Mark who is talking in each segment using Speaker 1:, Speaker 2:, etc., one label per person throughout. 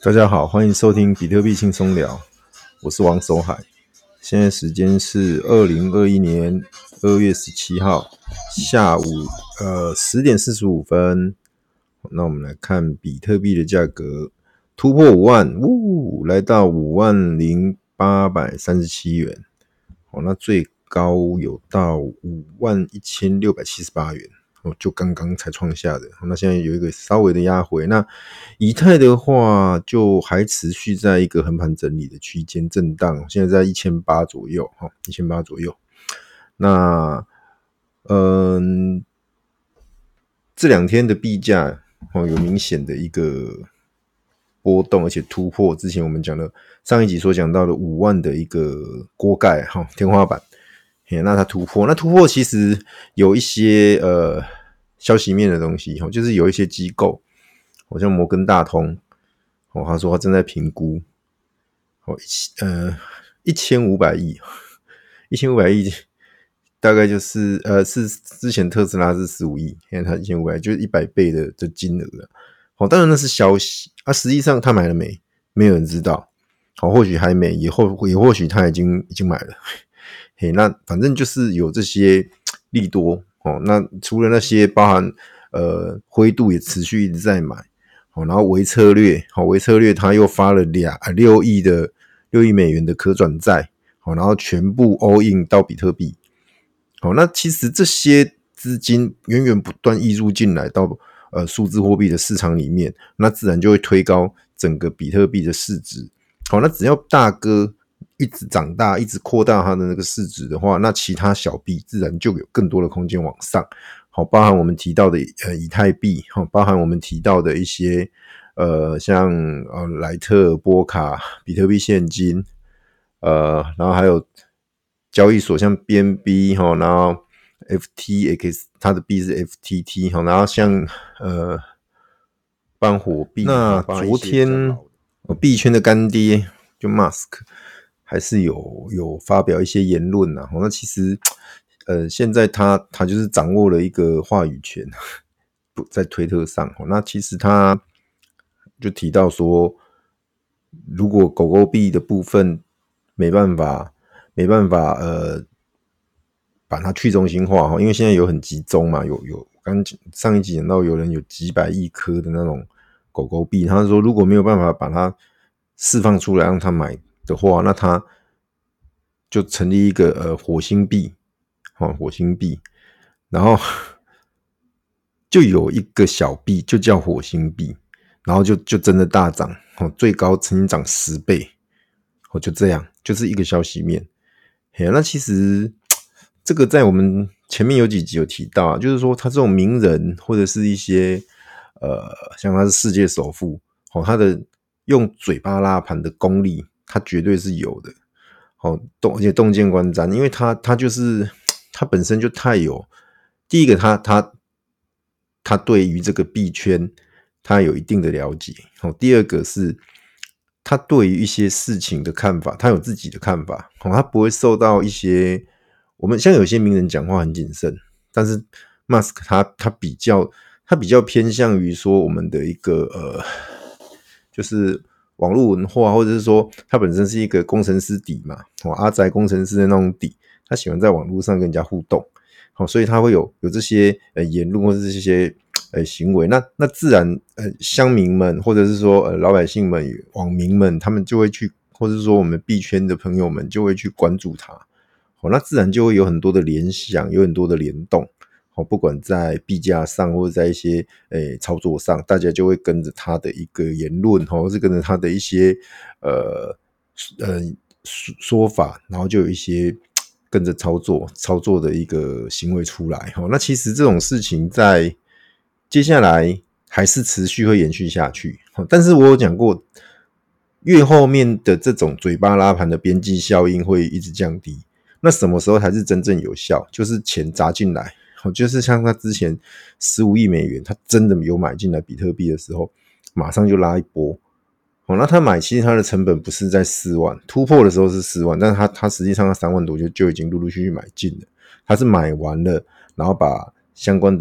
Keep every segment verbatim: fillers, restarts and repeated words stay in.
Speaker 1: 大家好，欢迎收听比特币轻松聊，我是王守海。现在时间是二零二一年二月十七号下午呃十点四十五分。那我们来看比特币的价格突破五万，呜，来到五万零八百三十七元。哦，那最高有到五万一千六百七十八元。哦，就刚刚才创下的，那现在有一个稍微的压回。那以太的话，就还持续在一个横盘整理的区间震荡，现在在一千八百左右，哈，一千八百左右。那，嗯，这两天的币价哦有明显的一个波动，而且突破之前我们讲的上一集所讲到的五万的一个锅盖哈天花板。那它突破，那突破其实有一些呃消息面的东西，就是有一些机构，好像摩根大通，哦，他说他正在评估，哦，呃，一千五百亿，一千五百亿大概就是呃是之前特斯拉是十五亿，现在它一千五百就是一百倍的的金额了。哦，当然那是消息，啊，实际上他买了没？没有人知道。好，或许还没，也或也或许他已经已经买了。嘿，那反正就是有这些利多哦。那除了那些包含呃灰度也持续一直在买，哦，然后微策略，好、哦，微策略他又发了两六亿的六亿美元的可转债，好、哦，然后全部 all in 到比特币。好、哦，那其实这些资金源源不断溢入进来到呃数字货币的市场里面，那自然就会推高整个比特币的市值。好、哦，那只要大哥一直长大，一直扩大它的那个市值的话，那其他小币自然就有更多的空间往上。好，包含我们提到的呃以太币，好，包含我们提到的一些呃像呃莱特、波卡、比特币现金，呃，然后还有交易所像 B N B 哈，然后 F T X 它的币是 F T T 哈，然后像呃办火币，那昨天币圈的干爹就 Musk 还是有有发表一些言论啊，那其实呃现在他他就是掌握了一个话语权，在推特上，那其实他就提到说，如果狗狗币的部分没办法没办法呃把它去中心化，因为现在有很集中嘛，有有刚上一集讲到有人有几百亿颗的那种狗狗币，他说如果没有办法把它释放出来让他买的话，那他就成立一个呃火星币，哦，火星币，然后就有一个小币就叫火星币，然后就就真的大涨，哦，最高曾经涨十倍，哦，就这样，就是一个消息面。嘿，那其实这个在我们前面有几集有提到啊，就是说他这种名人或者是一些呃，像他是世界首富，哦，他的用嘴巴拉盘的功力，他绝对是有的。哦，而且洞见观瞻，因为他他就是他本身就太有，第一个他他他对于这个币圈他有一定的了解，哦，第二个是他对于一些事情的看法，他有自己的看法，哦，他不会受到一些我们像有些名人讲话很谨慎，但是 Musk 他他比较他比较偏向于说我们的一个呃，就是网络文化，或者是说他本身是一个工程师底嘛，哦，阿宅工程师的那种底，他喜欢在网络上跟人家互动，哦，所以他会有有这些呃言论或者是这些呃行为，那那自然呃乡民们或者是说呃老百姓们、网民们，他们就会去，或者是说我们币圈的朋友们就会去关注他，哦，那自然就会有很多的联想，有很多的联动。哦，不管在币价上或者在一些诶操作上，大家就会跟着他的一个言论，或是跟着他的一些呃呃说法，然后就有一些跟着操作操作的一个行为出来。哦，那其实这种事情在接下来还是持续会延续下去。哦，但是我有讲过，越后面的这种嘴巴拉盘的边际效应会一直降低。那什么时候才是真正有效？就是钱砸进来。就是像他之前十五亿美元，他真的有买进来比特币的时候，马上就拉一波。哦，那他买其实他的成本不是在四万，突破的时候是四万，但是他他实际上他三万多就就已经陆陆续续买进了。他是买完了，然后把相关的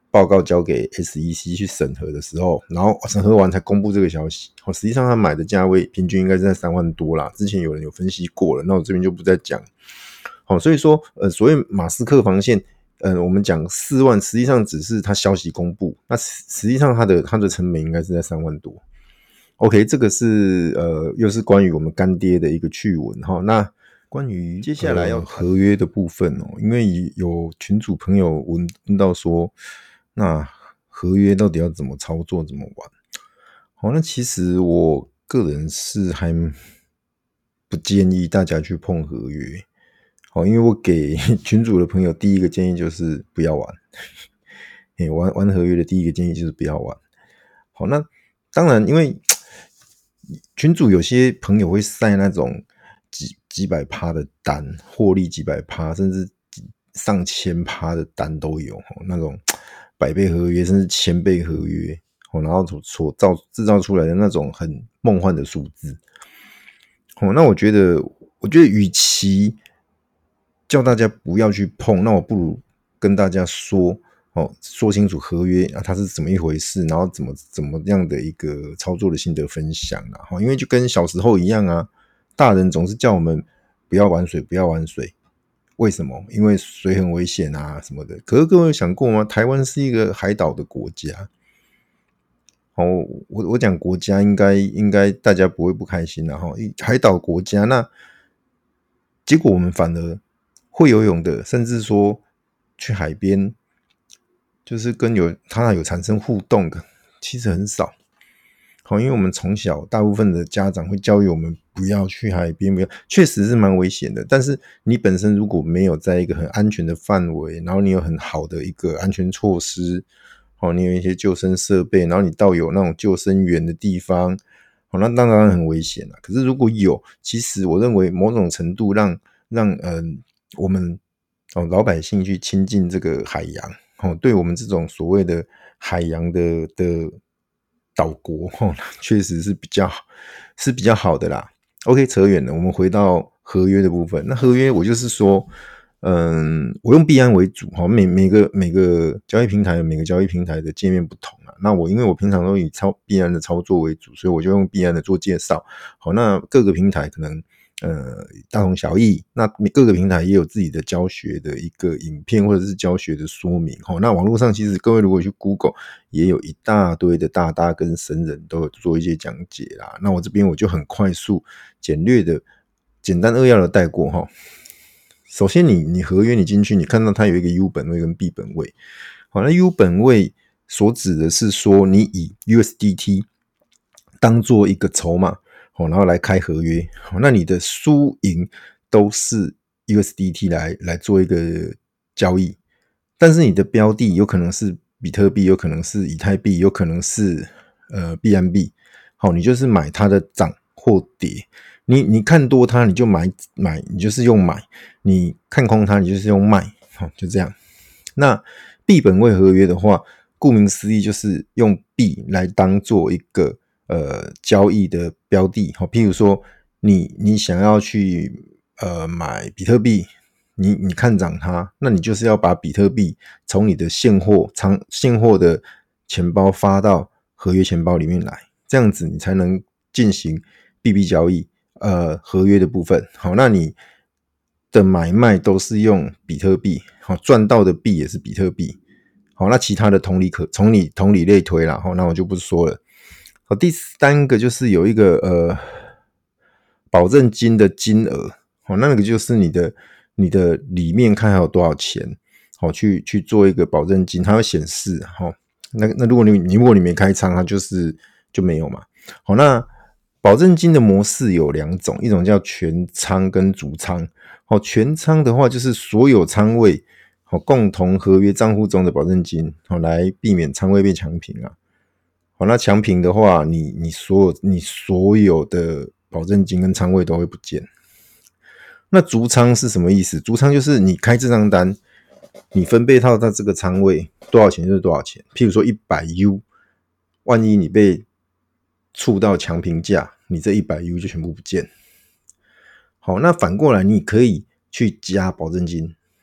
Speaker 1: 报告交给 S E C 去审核的时候，然后审核完才公布这个消息。实际上他买的价位平均应该是在三万多啦，之前有人有分析过了，那我这边就不再讲。好，所以说呃，所谓马斯克防线，呃，我们讲四万，实际上只是他消息公布，那实际上它的它的成本应该是在三万多。OK， 这个是呃，又是关于我们干爹的一个趣闻哈。那关于接下来要合约的部分哦，因为有群组朋友问问到说，那合约到底要怎么操作，怎么玩？好，那其实我个人是还不建议大家去碰合约。好，因为我给群组的朋友第一个建议就是不要玩，玩玩合约的第一个建议就是不要玩。好，那当然，因为群组有些朋友会晒那种几几百趴的单，获利几百趴，甚至上千趴的单都有，那种百倍合约甚至千倍合约，然后所造制造出来的那种很梦幻的数字。那我觉得，我觉得与其叫大家不要去碰，那我不如跟大家说，哦，说清楚合约啊，它是怎么一回事，然后怎么怎么样的一个操作的心得分享啦。因为就跟小时候一样啊，大人总是叫我们不要玩水，不要玩水。为什么？因为水很危险啊什么的。可是各位有想过吗？台湾是一个海岛的国家。哦，我我讲国家应该应该大家不会不开心啦哈，海岛国家，那结果我们反而会游泳的，甚至说去海边，就是跟有他有产生互动的，其实很少。好，因为我们从小大部分的家长会教育我们不要去海边，不要，确实是蛮危险的。但是你本身如果没有在一个很安全的范围，然后你有很好的一个安全措施，哦，你有一些救生设备，然后你到有那种救生员的地方，哦，那当然很危险啦。可是如果有，其实我认为某种程度让让呃我们哦老百姓去亲近这个海洋，哦，对我们这种所谓的海洋的的岛国，哦，确实是比较是比较好的啦。OK， 扯远了，我们回到合约的部分。那合约我就是说。嗯，我用币安为主，每每个每个交易平台每个交易平台的界面不同啊。那我因为我平常都以操币安的操作为主，所以我就用币安的做介绍。好，那各个平台可能呃大同小异，那各个平台也有自己的教学的一个影片或者是教学的说明。好，那网络上其实各位如果去 Google 也有一大堆的大大跟神人都有做一些讲解啦。那我这边我就很快速简略的简单扼要的带过哈。首先你，你合约你进去，你看到它有一个 U 本位跟 B 本位。好，那 U 本位所指的是说，你以 U S D T 当做一个筹码，然后来开合约。那你的输赢都是 U S D T 来来做一个交易，但是你的标的有可能是比特币，有可能是以太币，有可能是呃 B N B。好，你就是买它的涨或跌。你你看多它，你就买买，你就是用买；你看空它，你就是用卖，好，就这样。那币本位合约的话，顾名思义就是用币来当做一个呃交易的标的，好，譬如说你你想要去呃买比特币，你你看涨它，那你就是要把比特币从你的现货仓现货的钱包发到合约钱包里面来，这样子你才能进行币币交易。呃，合约的部分，好，那你的买卖都是用比特币，好，赚到的币也是比特币，好，那其他的同理可从你同理类推啦，好，那我就不说了。好，第三个就是有一个呃保证金的金额，好，那个就是你的你的里面看还有多少钱，好，去去做一个保证金，它会显示，好，那那如果你你如果你没开仓，它就是就没有嘛，好，那。保证金的模式有两种，一种叫全仓跟逐仓。好，全仓的话就是所有仓位好共同合约账户中的保证金，好来避免仓位被强平啊。好，那强平的话，你你所有你所有的保证金跟仓位都会不见。那逐仓是什么意思？逐仓就是你开这张单，你分配到它这个仓位多少钱就是多少钱。譬如说一百 U， 万一你被触到强平价，你这一百 U 就全部不见。好，那反过来你可以去加保证金，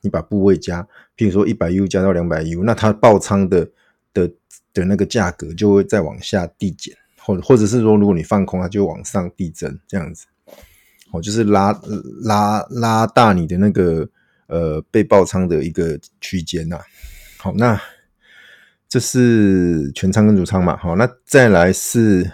Speaker 1: 你把部位加，譬如说 一百 U 加到 两百 U， 那它爆仓的的的那个价格就会再往下递减，或或者是说如果你放空，它就往上递增，这样子。哦，就是拉拉拉大你的那个呃被爆仓的一个区间呐。好，那这是全仓跟主仓嘛。好，那再来是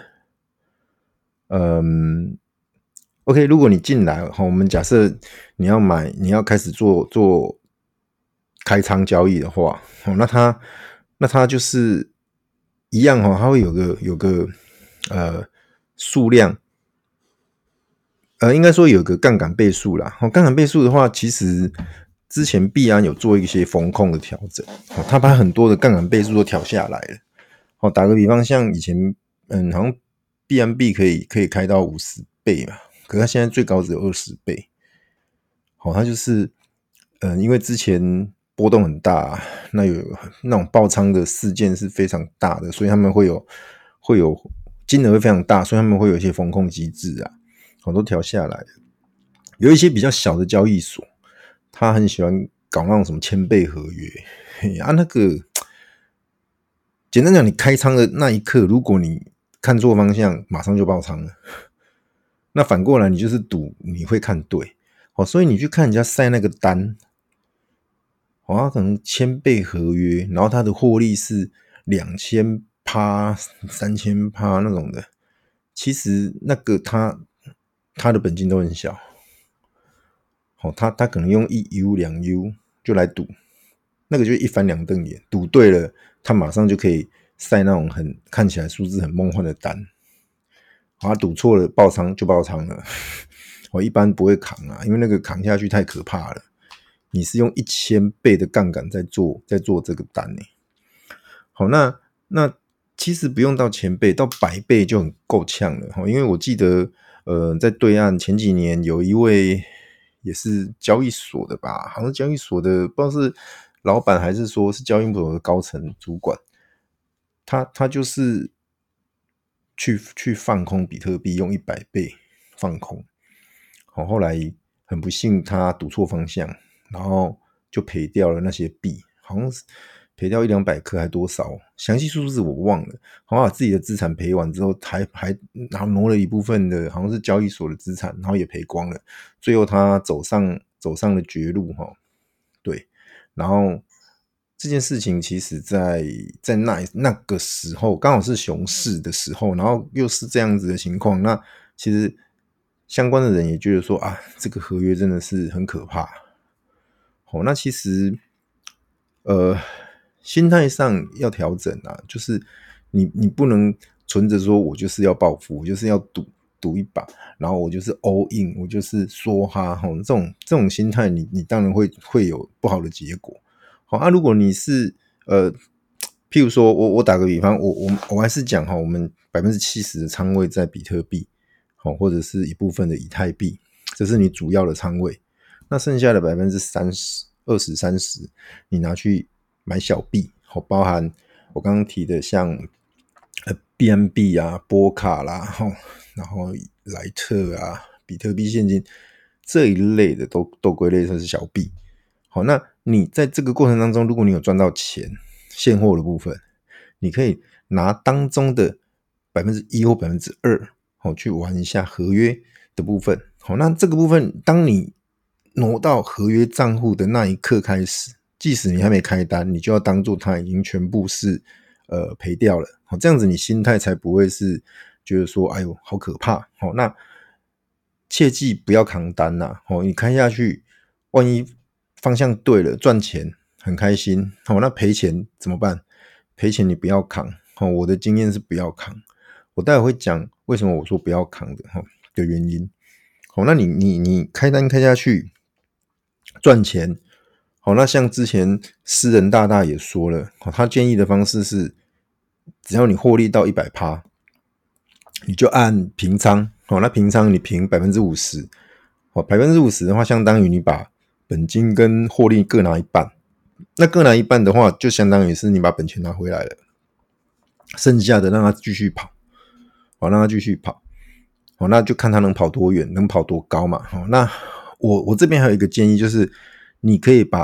Speaker 1: 嗯 ，OK， 如果你进来，好，我们假设你要买，你要开始做做开仓交易的话，好，那它那它就是一样哈，它会有个有个呃数量。呃，应该说有个杠杆倍数啦。哦，杠杆倍数的话，其实之前币安有做一些风控的调整，哦，他把很多的杠杆倍数都调下来了。哦，打个比方，像以前，嗯，好像币安币可以可以开到五十倍嘛，可是它现在最高只有二十倍。好，它就是，嗯，因为之前波动很大，那有那种爆仓的事件是非常大的，所以他们会有会有金额会非常大，所以他们会有一些风控机制啊。好，都调下来了。有一些比较小的交易所，他很喜欢搞那种什么千倍合约啊，那个简单讲，你开仓的那一刻，如果你看错方向，马上就爆仓了。那反过来，你就是赌你会看对，好，所以你去看人家晒那个单，好，他可能千倍合约，然后他的获利是两千趴、三千趴那种的，其实那个他。他的本金都很小，好，他他可能用一 U 两 U 就来赌，那个就一翻两瞪眼，赌对了，他马上就可以晒那种很看起来数字很梦幻的单，好，他赌错了爆仓就爆仓了，我一般不会扛啊，因为那个扛下去太可怕了，你是用一千倍的杠杆在做在做这个单呢，好，那那其实不用到千倍，到百倍就很够呛了，因为我记得。呃，在对岸前几年有一位也是交易所的吧，好像交易所的不知道是老板还是说是交易所的高层主管，他他就是去去放空比特币，用一百倍放空，好，后来很不幸他赌错方向，然后就赔掉了那些币，好像是。赔掉一两百颗还多少？详细数字我忘了。好像把自己的资产赔完之后，还还然后挪了一部分的，好像是交易所的资产，然后也赔光了。最后他走上走上了绝路哈。对，然后这件事情其实在在那那个时候刚好是熊市的时候，然后又是这样子的情况，那其实相关的人也觉得说啊，这个合约真的是很可怕。好，那其实呃。心态上要调整啊，就是你你不能存着说我就是要暴富，我就是要赌赌一把，然后我就是 all in， 我就是梭哈吼，这种这种心态你，你你当然会会有不好的结果。好啊，如果你是呃，譬如说我我打个比方，我我我还是讲哈，我们百分之七十的仓位在比特币，好，或者是一部分的以太币，这是你主要的仓位，那剩下的百分之三十、二十、三十，你拿去。买小币，包含我刚刚提的像呃 B N B 啊、波卡啦，然后莱特啊、比特币现金这一类的都都归类成是小币。好，那你在这个过程当中，如果你有赚到钱，现货的部分，你可以拿当中的百分之一或百分之二，好去玩一下合约的部分。好，那这个部分，当你挪到合约账户的那一刻开始。即使你还没开单，你就要当做它已经全部是呃赔掉了，好，这样子你心态才不会是觉得说，哎呦好可怕，好，那切记不要扛单呐，好，你开下去，万一方向对了，赚钱很开心，好，那赔钱怎么办？赔钱你不要扛，好，我的经验是不要扛，我待会会讲为什么我说不要扛的哈的原因，好，那你你你开单开下去赚钱。好，那像之前诗人大大也说了，他建议的方式是，只要你获利到 百分之百， 你就按平仓，好，那平仓你平 百分之五十， 好， 百分之五十 的话相当于你把本金跟获利各拿一半，那各拿一半的话就相当于是你把本钱拿回来了，剩下的让它继续跑，好，让它继续跑，好，那就看它能跑多远，能跑多高嘛，好，那我我这边还有一个建议就是你可以把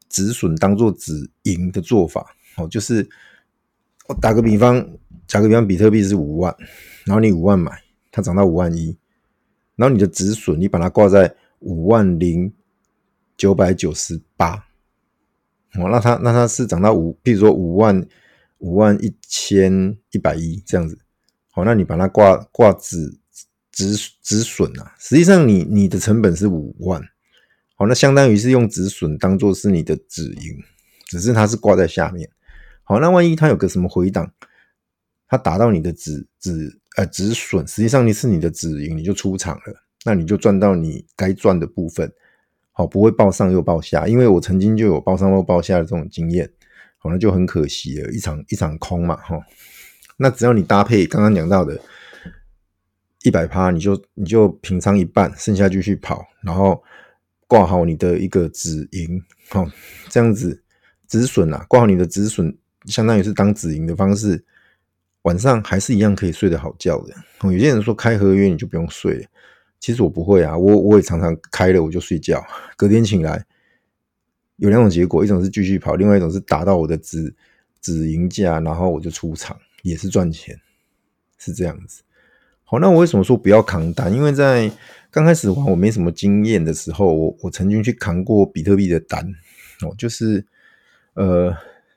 Speaker 1: 止损当做止盈的做法。哦，就是我打个比方，打个比方，比特币是五万，然后你五万买，它涨到五万一，然后你的止损你把它挂在五万零九百九十八，哦，那它那它是涨到五，譬如说五万五万一千一百一这样子，好，那你把它挂挂止止止损啊，实际上你你的成本是五万。好，那相当于是用止损当做是你的止盈，只是它是挂在下面。好，那万一它有个什么回档，它打到你的止止呃止损，实际上你是你的止盈，你就出场了，那你就赚到你该赚的部分。好，不会报上又报下，因为我曾经就有报上又报下的这种经验。好，那就很可惜了，一场一场空嘛，齁。那只要你搭配刚刚讲到的 百分之百， 你就你就平仓一半，剩下继续跑，然后挂好你的一个止盈，好，这样子止损啊，挂好你的止损，相当于是当止盈的方式，晚上还是一样可以睡得好觉的。有些人说开合约你就不用睡了，其实我不会啊，我我也常常开了我就睡觉，隔天醒来有两种结果，一种是继续跑，另外一种是达到我的止止盈价，然后我就出场，也是赚钱，是这样子。好，那我为什么说不要扛单？因为在刚开始玩我没什么经验的时候，我我曾经去扛过比特币的单，哦，就是呃，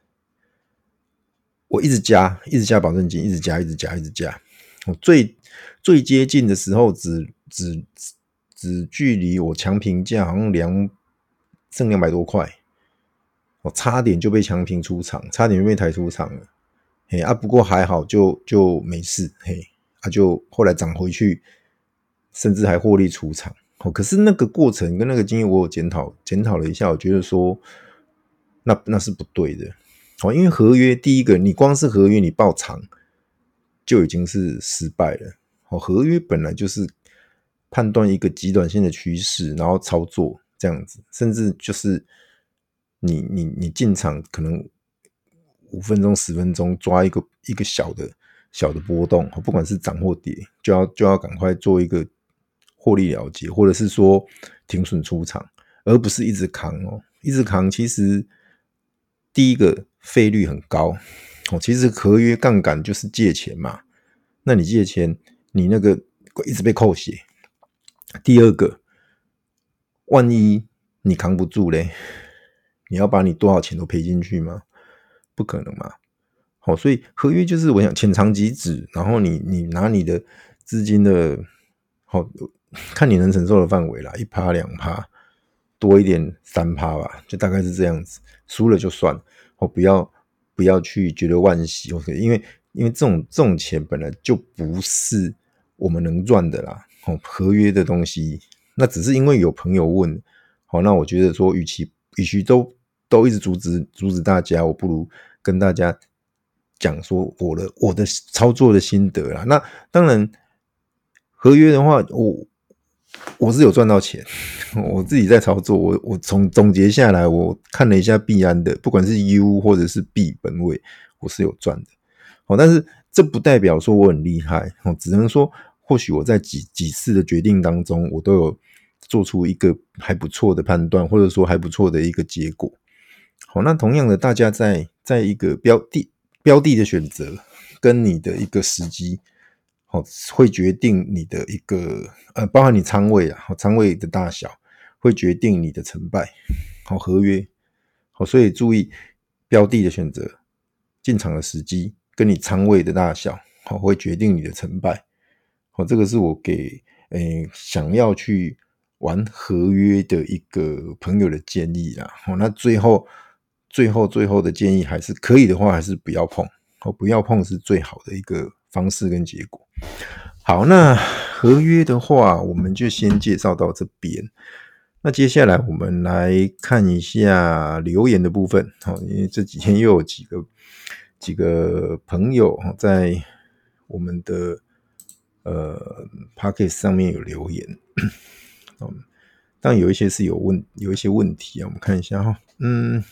Speaker 1: 我一直加，一直加保证金，一直加，一直加，一直加。我最最接近的时候只，只只只距离我强平价好像两剩两百多块，我差点就被强平出场，差点就被抬出场了。嘿啊，不过还好就，就就没事，嘿。他、啊、就后来涨回去，甚至还获利出场。哦，可是那个过程跟那个经验，我有检讨检讨了一下，我觉得说，那那是不对的。哦，因为合约第一个，你光是合约你爆长就已经是失败了。哦，合约本来就是判断一个极短线的趋势，然后操作这样子，甚至就是你你你进场可能五分钟十分钟抓一个一个小的。小的波动，不管是涨或跌，就要就要赶快做一个获利了结，或者是说停损出场，而不是一直扛哦，一直扛。其实第一个费率很高哦，其实合约杠杆就是借钱嘛，那你借钱，你那个一直被扣血。第二个，万一你扛不住嘞，你要把你多少钱都赔进去吗？不可能嘛。好，所以合约就是我想浅尝即止，然后你你拿你的资金的，好看你能承受的范围啦，一趴两趴，多一点三趴吧，就大概是这样子。输了就算，哦，不要不要去觉得惋惜，因为因为这种这种钱本来就不是我们能赚的啦。哦，合约的东西，那只是因为有朋友问，好，那我觉得说，与其与其都都一直阻止阻止大家，我不如跟大家讲说我的我的操作的心得啦。那当然合约的话，我我是有赚到钱，我自己在操作，我我从总结下来，我看了一下币安的，不管是 U 或者是币本位，我是有赚的。好，但是这不代表说我很厉害，只能说或许我在几几次的决定当中，我都有做出一个还不错的判断，或者说还不错的一个结果。好，那同样的，大家在在一个标的标的的选择跟你的一个时机，好，会决定你的一个呃，包含你仓位啊，仓位的大小会决定你的成败。好，合约，好，所以注意标的的选择、进场的时机跟你仓位的大小，好，会决定你的成败。好，这个是我给诶想要去玩合约的一个朋友的建议啦。好，那最后最后最后的建议还是可以的话，还是不要碰。好，不要碰是最好的一个方式跟结果。好，那合约的话，我们就先介绍到这边。那接下来我们来看一下留言的部分。好，因为这几天又有几个几个朋友在我们的呃 Podcast 上面有留言。当然有一些是有问有一些问题啊，我们看一下哈。嗯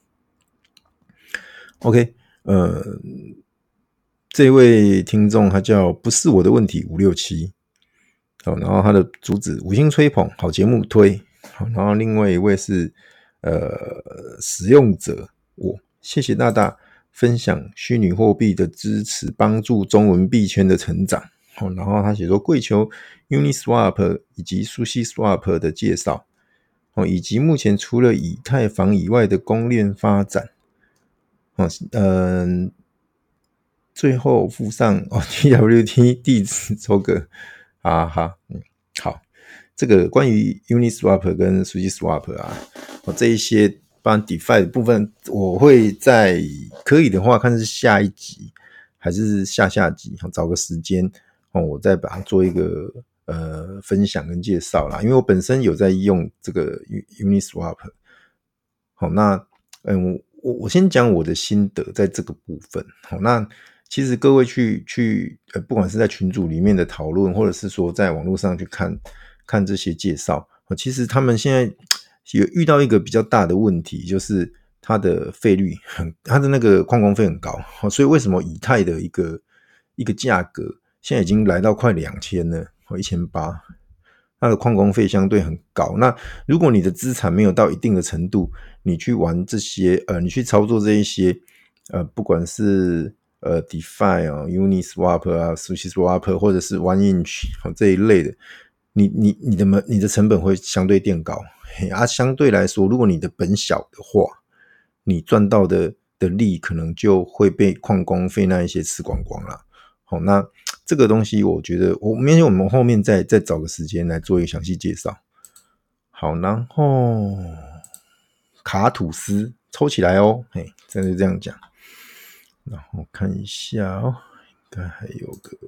Speaker 1: ，OK， 呃。这位听众他叫不是我的问题五六七，好，然后他的主旨五星吹捧，好节目推，好，然后另外一位是呃使用者我，谢谢大大分享虚拟货币的支持，帮助中文币圈的成长。哦、然后他写说跪求 Uniswap 以及 SushiSwap 的介绍。哦，以及目前除了以太坊以外的公链发展，哦，嗯，最后附上哦 T W T 地址抽个，哈哈，嗯，好，这个关于 Uniswap 跟 SushiSwap 啊，哦这一些包含 DeFi 的部分，我会在可以的话，看是下一集还是下下集，找个时间哦，我再把它做一个。呃，分享跟介绍啦，因为我本身有在用这个 Uniswap。好，那嗯，我我先讲我的心得在这个部分。好，那其实各位去去呃，不管是在群组里面的讨论，或者是说在网络上去看看这些介绍，其实他们现在有遇到一个比较大的问题，就是它的费率很，它的那个矿工费很高。所以为什么以太的一个一个价格现在已经来到快两千了？一千八百，它的矿工费相对很高。那如果你的资产没有到一定的程度，你去玩这些呃，你去操作这一些呃，不管是呃 DeFi 啊、Uniswap 啊、SushiSwap 或者是 OneInch、哦、这一类的，你你你的你的成本会相对垫高。啊，相对来说，如果你的本小的话，你赚到的的利可能就会被矿工费那一些吃光光啦。好，那这个东西我觉得我明天我们后面再再找个时间来做一个详细介绍。好，然后卡吐司抽起来哦，嘿，真的这样讲。然后看一下哦，应该还有个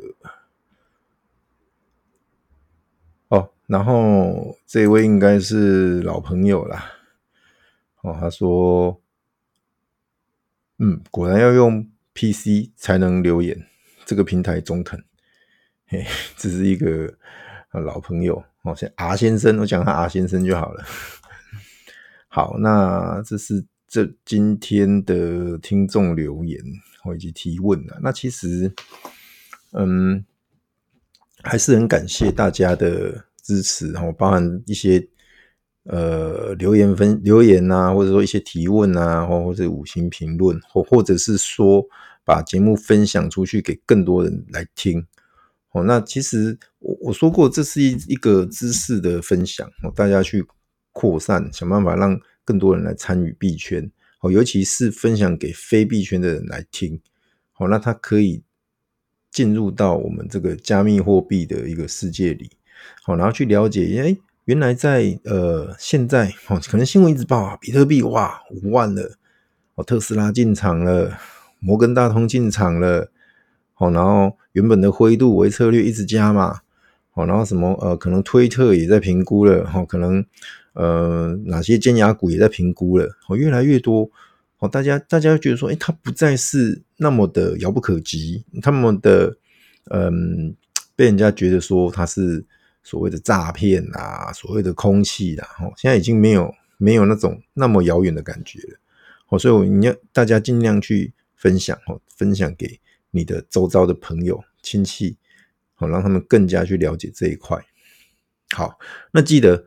Speaker 1: 哦，然后这位应该是老朋友啦。哦，他说，嗯，果然要用 P C 才能留言，这个平台中肯。嘿，这是一个老朋友，哦，像 R 先生，我讲他 R 先生就好了。好，那这是这今天的听众留言以及提问了。那其实，嗯，还是很感谢大家的支持，然后包含一些呃留言分留言啊，或者说一些提问啊，或者五星评论，或或者是说把节目分享出去给更多人来听。哦，那其实我我说过，这是一一个知识的分享，哦，大家去扩散，想办法让更多人来参与币圈，哦，尤其是分享给非币圈的人来听，哦，那他可以进入到我们这个加密货币的一个世界里，好，然后去了解，哎，原来在呃现在，哦，可能新闻一直报啊，比特币哇五万了，哦，特斯拉进场了，摩根大通进场了。哦，然后原本的灰度微策略一直加嘛，哦，然后什么呃，可能推特也在评估了，哦，可能呃哪些尖牙股也在评估了，哦，越来越多，哦，大家大家觉得说，哎，它不再是那么的遥不可及，他们的嗯被人家觉得说它是所谓的诈骗啊，所谓的空气啦，哦，现在已经没有没有那种那么遥远的感觉了，哦，所以你要大家尽量去分享，哦，分享给你的周遭的朋友、亲戚，好，让他们更加去了解这一块。好，那记得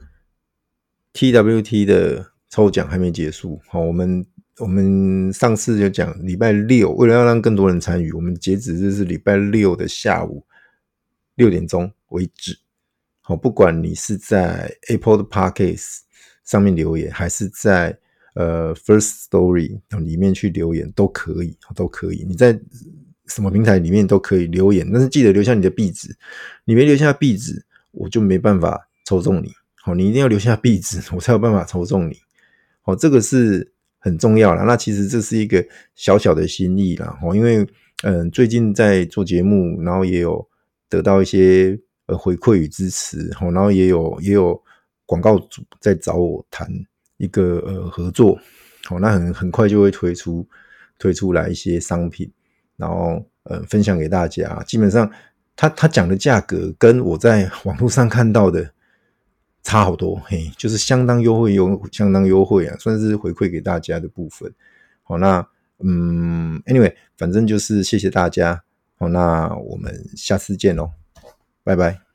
Speaker 1: T W T 的抽奖还没结束，好，我们我们上次就讲礼拜六，为了要让更多人参与，我们截止日是礼拜六的下午六点钟为止。好，不管你是在 Apple 的 Podcast 上面留言，还是在呃 First Story 里面去留言，都可以，都可以。你在什么平台里面都可以留言，但是记得留下你的壁纸。你没留下壁纸，我就没办法抽中你。好，你一定要留下壁纸，我才有办法抽中你。好，这个是很重要啦。那其实这是一个小小的心意啦。因为嗯，最近在做节目，然后也有得到一些呃回馈与支持，然后也有也有广告主在找我谈一个呃合作。好，那很很快就会推出推出来一些商品。然后呃分享给大家，基本上他他讲的价格跟我在网络上看到的差好多，嘿，就是相当优惠，优相当优惠啊，算是回馈给大家的部分。好，那嗯 ，anyway， 反正就是谢谢大家。好，那我们下次见咯，拜拜。